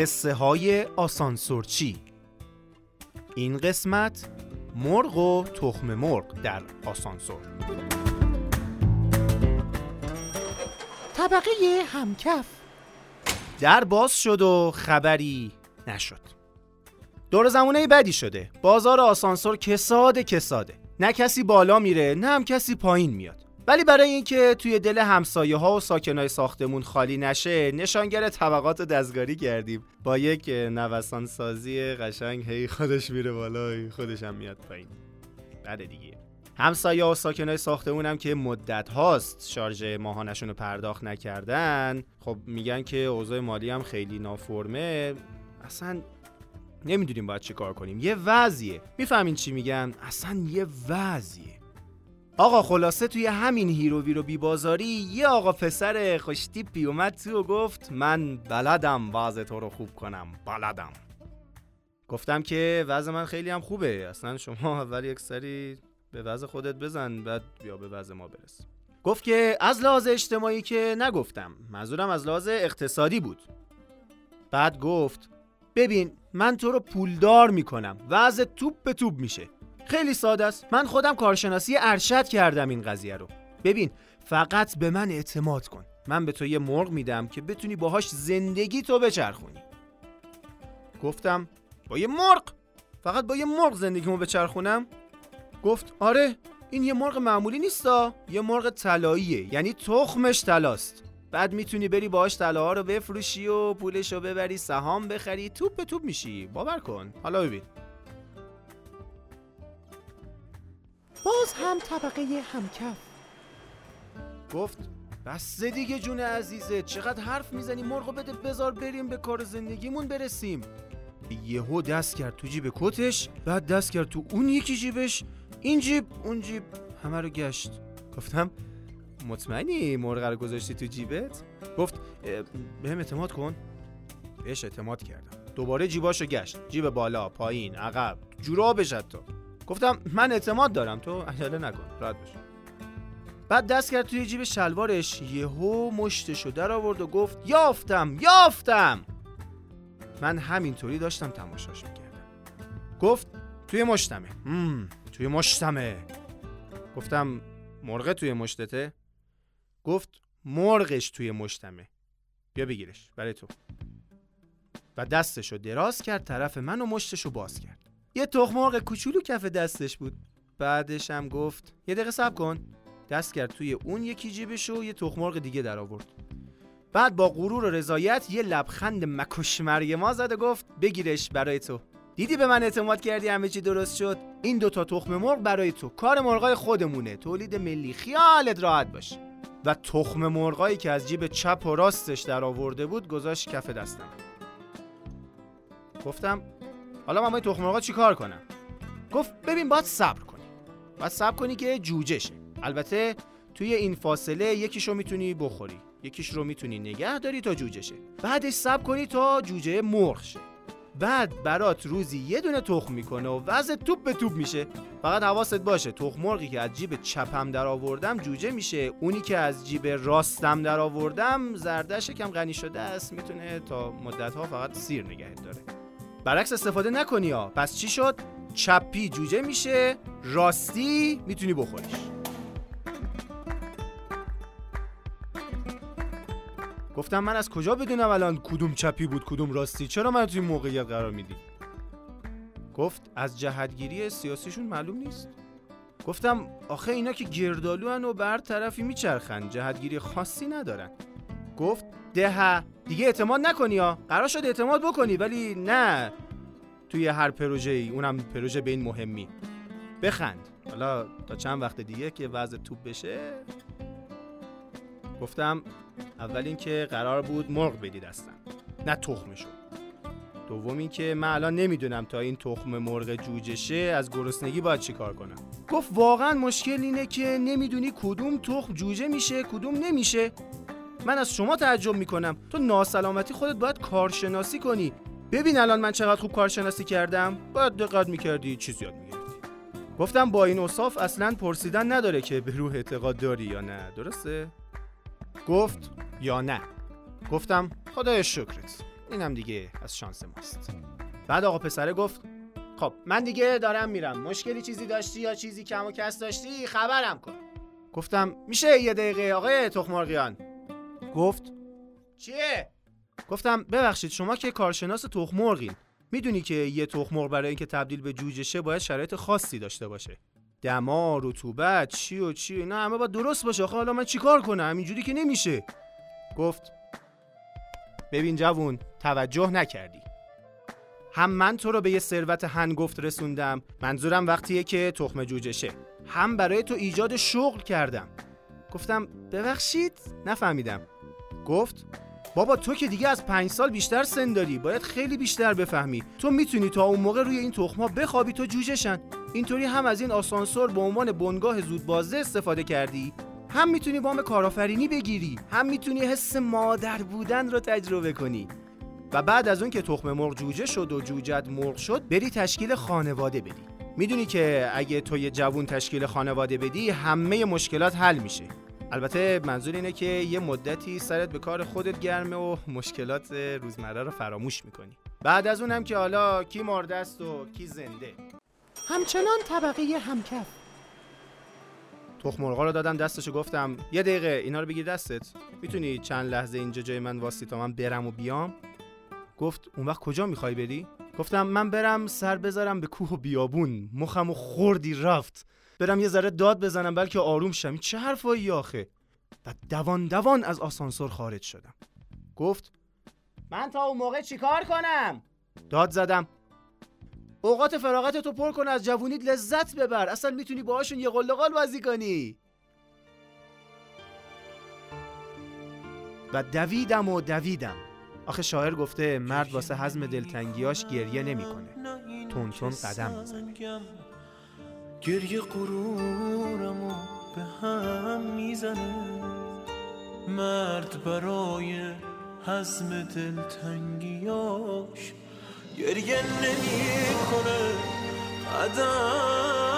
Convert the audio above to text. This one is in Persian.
قصه های آسانسورچی. این قسمت مرغ و تخم مرغ در آسانسور. طبقه همکف. در باز شد و خبری نشد. دور زمونه بدی شده. بازار آسانسور کساده. نه کسی بالا میره نه هم کسی پایین میاد. ولی برای اینکه توی دل همسایه ها و ساکنای ساختمون خالی نشه، نشانگر طبقات دستکاری کردیم با یک نوسان سازی قشنگ. هی خودش میره بالا خودش هم میاد پایین. بعد دیگه همسایه و ساکنای ساختمون هم که مدت هاست شارژ ماهانشون رو پرداخت نکردن، خب میگن که اوضاع مالی هم خیلی نافرمه، اصلا نمیدونیم باید چی کار کنیم. یه وضعیه. میفهمین چی میگن؟ اصلا یه وضعیه. آقا خلاصه توی همین هیرو ویرو بی بازاری یه آقا پسر خوش تیپی اومد تو و گفت من بلدم وضع تو رو خوب کنم، بلدم. گفتم که وضع من خیلی هم خوبه، اصلا شما اول یک سری به وضع خودت بزن بعد بیا به وضع ما برس. گفت که از لحاظ اجتماعی که نگفتم، منظورم از لحاظ اقتصادی بود. بعد گفت ببین من تو رو پولدار میکنم، وضع توپ به توپ میشه. خیلی ساده است. من خودم کارشناسی ارشد کردم این قضیه رو. ببین فقط به من اعتماد کن. من به تو یه مرغ میدم که بتونی باهاش زندگی تو بچرخونی. گفتم با یه مرغ؟ فقط با یه مرغ زندگیمو بچرخونم؟ گفت آره، این یه مرغ معمولی نیستا، یه مرغ طلاییه، یعنی تخمش طلاست. بعد میتونی بری باهاش طلاها رو بفروشی و پولشو ببری سهام بخری، توپ به توپ میشی. باور کن. حالا ببین. باز هم طبقه همکف. گفت بس دیگه جون عزیزه، چقدر حرف میزنی؟ مرغو بده بذار بریم به کار زندگیمون برسیم. یهو دست کرد تو جیب کتش، بعد دست کرد تو اون یکی جیبش، این جیب اون جیب، همه رو گشت. گفتم مطمئنی مرغ رو گذاشتی تو جیبت؟ گفت بهم اعتماد کن. بهش اعتماد کردم. دوباره جیباشو گشت، جیب بالا پایین عقب جورابش حتی. گفتم من اعتماد دارم، تو عجله نکن، راحت باش. بعد دست کرد توی جیب شلوارش، یهو مشتشو در آورد و گفت یافتم. من همینطوری داشتم تماشاش میکردم. گفت توی مشتمه. توی مشتمه. گفتم مرغ توی مشتته؟ گفت مرغش توی مشتمه، بیا بگیرش برای تو. و دستشو دراز کرد طرف من و مشتشو باز کرد. یه تخم مرغ کوچولو کف دستش بود. بعدش هم گفت یه دقیقه صبر کن. دست کرد توی اون یکی جیبشو یه تخم مرغ دیگه در آورد. بعد با غرور و رضایت یه لبخند مکش مرگما زد و گفت بگیرش برای تو. دیدی به من اعتماد کردی، همه چی درست شد. این دوتا تخم مرغ برای تو، کار مرغای خودمونه، تولید ملی، خیالت راحت باش. و تخم مرغایی که از جیب چپ و راستش در آورده بود گذاشت کف دستم. گفتم حالا من با این تخم مرغا چی کار کنم؟ گفت ببین باید صبر کنی که جوجه شه. البته توی این فاصله یکیشو میتونی بخوری، یکیش رو میتونی نگه داری تا جوجه شه. بعدش صبر کنی تا جوجه مرغ شه. بعد برات روزی یه دونه تخم میکنه و وضع توپ به توپ میشه. فقط حواست باشه تخم مرغی که از جیب چپم در آوردم جوجه میشه، اونی که از جیب راستم در آوردم زردش کم غنی شده است، میتونه تا مدت‌ها فقط سیر نگهت داره. برعکس استفاده نکنی ها. پس چی شد؟ چپی جوجه میشه، راستی میتونی بخوریش. گفتم من از کجا بدونم الان کدوم چپی بود کدوم راستی؟ چرا من توی موقعیت قرار میدی؟ گفت از جهتگیری سیاسیشون معلوم نیست. گفتم آخه اینا که گردالو هن و بر طرفی میچرخن، جهتگیری خاصی ندارن. گفت ده دیگه اعتماد نکنی ها. قرار شد اعتماد بکنی ولی نه توی هر پروژه‌ای، اونم پروژه به این مهمی. بخند حالا تا چند وقت دیگه که وضع توپ بشه. گفتم اول این که قرار بود مرغ بدی دستم، نه تخمشو. دوم این که من الان نمیدونم تا این تخم مرغ جوجه شه از گرسنگی باید چی کار کنم. گفت واقعا مشکل اینه که نمیدونی کدوم تخم جوجه میشه کدوم نمیشه. من از شما تعجب میکنم. تو ناسلامتی خودت باید کارشناسی کنی. ببین الان من چقدر خوب کارشناسی کردم. باید دقت میکردی، چیز یاد میگرفتی. گفتم با این اوصاف اصلا پرسیدن نداره که به روح اعتقاد داری یا نه، درسته؟ گفت یا نه. گفتم خدای شکرت. اینم دیگه از شانس ماست. بعد آقا پسره گفت خب من دیگه دارم میرم، مشکلی چیزی داشتی یا چیزی کم و کس داشتی خبرم کن. گفتم میشه یه دقیقه آقای تخم‌مرغیان؟ گفت چیه؟ گفتم ببخشید شما که کارشناس تخم‌مرغین، میدونی که یه تخم‌مرغ برای اینکه تبدیل به جوجه شه باید شرایط خاصی داشته باشه، دما، رطوبت، چی نه همه باید درست باشه. آخه حالا من چیکار کنم؟ اینجوری که نمیشه. گفت ببین جوون، توجه نکردی. هم من تو رو به یه ثروت هنگفت رسوندم، منظورم وقتیه که تخم جوجه شه، هم برای تو ایجاد شغل کردم. گفتم ببخشید نفهمیدم. گفت بابا تو که دیگه از 5 سال بیشتر سن داری، باید خیلی بیشتر بفهمی. تو میتونی تا اون موقع روی این تخم‌ها بخوابی تو جوجه شن. اینطوری هم از این آسانسور به عنوان بنگاه زودبازده استفاده کردی، هم میتونی وام کارآفرینی بگیری، هم میتونی حس مادر بودن رو تجربه کنی. و بعد از اون که تخم مرغ جوجه شد و جوجت مرغ شد، بری تشکیل خانواده بدی. میدونی که اگه تو یه جوون تشکیل خانواده بدی همه مشکلات حل میشه. البته منظور اینه که یه مدتی سرت به کار خودت گرمه و مشکلات روزمره رو فراموش میکنی. بعد از اون هم که حالا کی مرده است و کی زنده. همچنان طبقه همکف. تخم مرغا رو دادم دستش و گفتم یه دقیقه اینا رو بگیر دستت، میتونی چند لحظه اینجا جای من واسطی تا من برم و بیام؟ گفت اون وقت کجا میخوای بری؟ گفتم من برم سر بذارم به کوه و بیابون، مخمو خوردی رفت، برم یه ذره داد بزنم بلکه آروم شم. چه حرفایی آخه؟ و دوان از آسانسور خارج شدم. گفت من تا اون موقع چیکار کنم؟ داد زدم اوقات فراغت تو پر کن، از جوونیت لذت ببر، اصلا میتونی باهاشون یه قلقال بازی کنی. و دویدم. آخه شاعر گفته مرد واسه هضم دلتنگیاش گریه نمیکنه، تون قدم میزنه. گریه غرورمو به هم میزنه، مرد برای هضم دلتنگیاش گریه نمیکنه، قدم